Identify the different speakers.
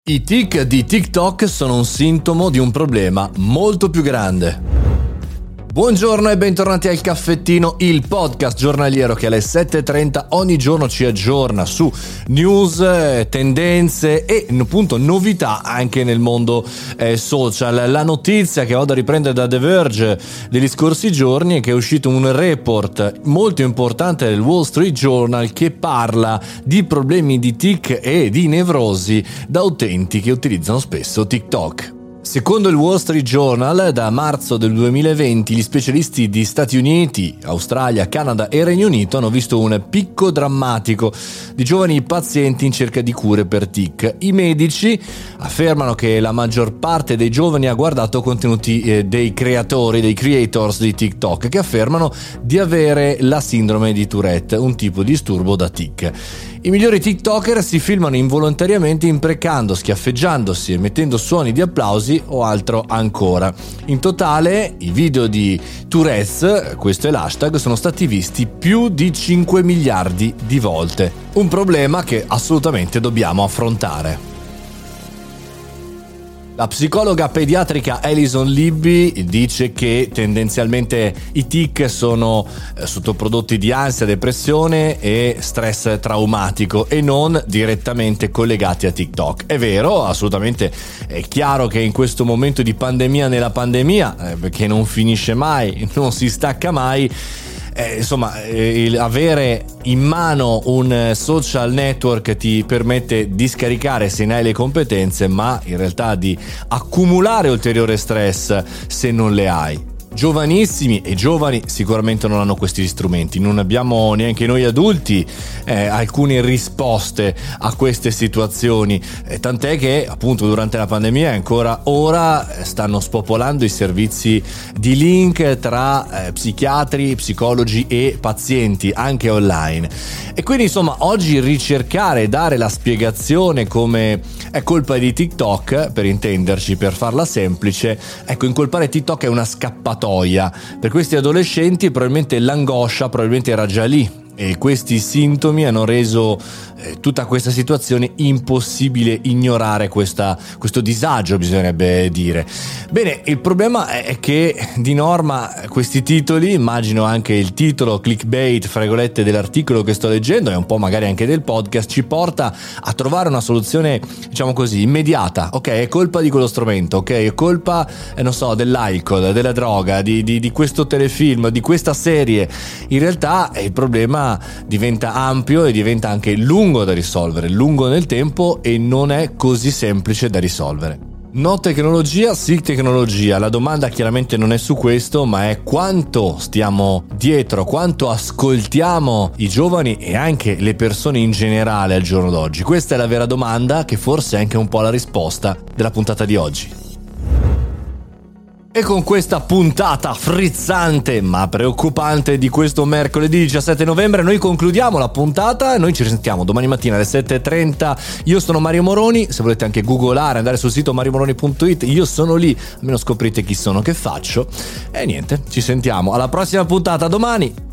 Speaker 1: I tic di TikTok sono un sintomo di un problema molto più grande. Buongiorno e bentornati al Caffettino, il podcast giornaliero che alle 7:30 ogni giorno ci aggiorna su news, tendenze e appunto novità anche nel mondo social. La notizia che vado a riprendere da The Verge degli scorsi giorni è che è uscito un report molto importante del Wall Street Journal che parla di problemi di tic e di nevrosi da utenti che utilizzano spesso TikTok. Secondo il Wall Street Journal, da marzo del 2020 gli specialisti di Stati Uniti, Australia, Canada e Regno Unito hanno visto un picco drammatico di giovani pazienti in cerca di cure per tic. I medici affermano che la maggior parte dei giovani ha guardato contenuti dei creators di TikTok, che affermano di avere la sindrome di Tourette, un tipo di disturbo da tic. I migliori TikToker si filmano involontariamente imprecando, schiaffeggiandosi, emettendo suoni di applausi o altro ancora. In totale, i video di Tourette's, questo è l'hashtag, sono stati visti più di 5 miliardi di volte. Un problema che assolutamente dobbiamo affrontare. La psicologa pediatrica Alison Libby dice che tendenzialmente i tic sono sottoprodotti di ansia, depressione e stress traumatico e non direttamente collegati a TikTok. È vero, assolutamente è chiaro che in questo momento di pandemia nella pandemia, perché non finisce mai, non si stacca mai, avere in mano un social network ti permette di scaricare se ne hai le competenze, ma in realtà di accumulare ulteriore stress se non le hai. Giovanissimi e giovani sicuramente non hanno questi strumenti, non abbiamo neanche noi adulti alcune risposte a queste situazioni, tant'è che appunto durante la pandemia e ancora ora stanno spopolando i servizi di link tra psichiatri, psicologi e pazienti anche online. E quindi insomma oggi ricercare e dare la spiegazione come è colpa di TikTok, per intenderci, per farla semplice, ecco, incolpare TikTok è una scappatoia. Per questi adolescenti probabilmente l'angoscia era già lì e questi sintomi hanno reso tutta questa situazione impossibile ignorare questo disagio, bisognerebbe dire. Bene, il problema è che di norma questi titoli, immagino anche il titolo clickbait fra virgolette dell'articolo che sto leggendo e un po' magari anche del podcast, ci porta a trovare una soluzione, diciamo così, immediata. Ok, è colpa di quello strumento, ok, è colpa dell'alcol, della droga, di questo telefilm, di questa serie. In realtà il problema diventa ampio e diventa anche lungo da risolvere, lungo nel tempo, e non è così semplice da risolvere. No tecnologia, sì tecnologia. La domanda chiaramente non è su questo, ma è quanto stiamo dietro, quanto ascoltiamo i giovani e anche le persone in generale al giorno d'oggi. Questa è la vera domanda, che forse è anche un po' la risposta della puntata di oggi. E con questa puntata frizzante ma preoccupante di questo mercoledì 17 novembre noi concludiamo la puntata. Noi ci risentiamo domani mattina alle 7:30. Io sono Mario Moroni, se volete anche googolare, andare sul sito mariomoroni.it, io sono lì, almeno scoprite chi sono, che faccio. E niente, ci sentiamo alla prossima puntata domani.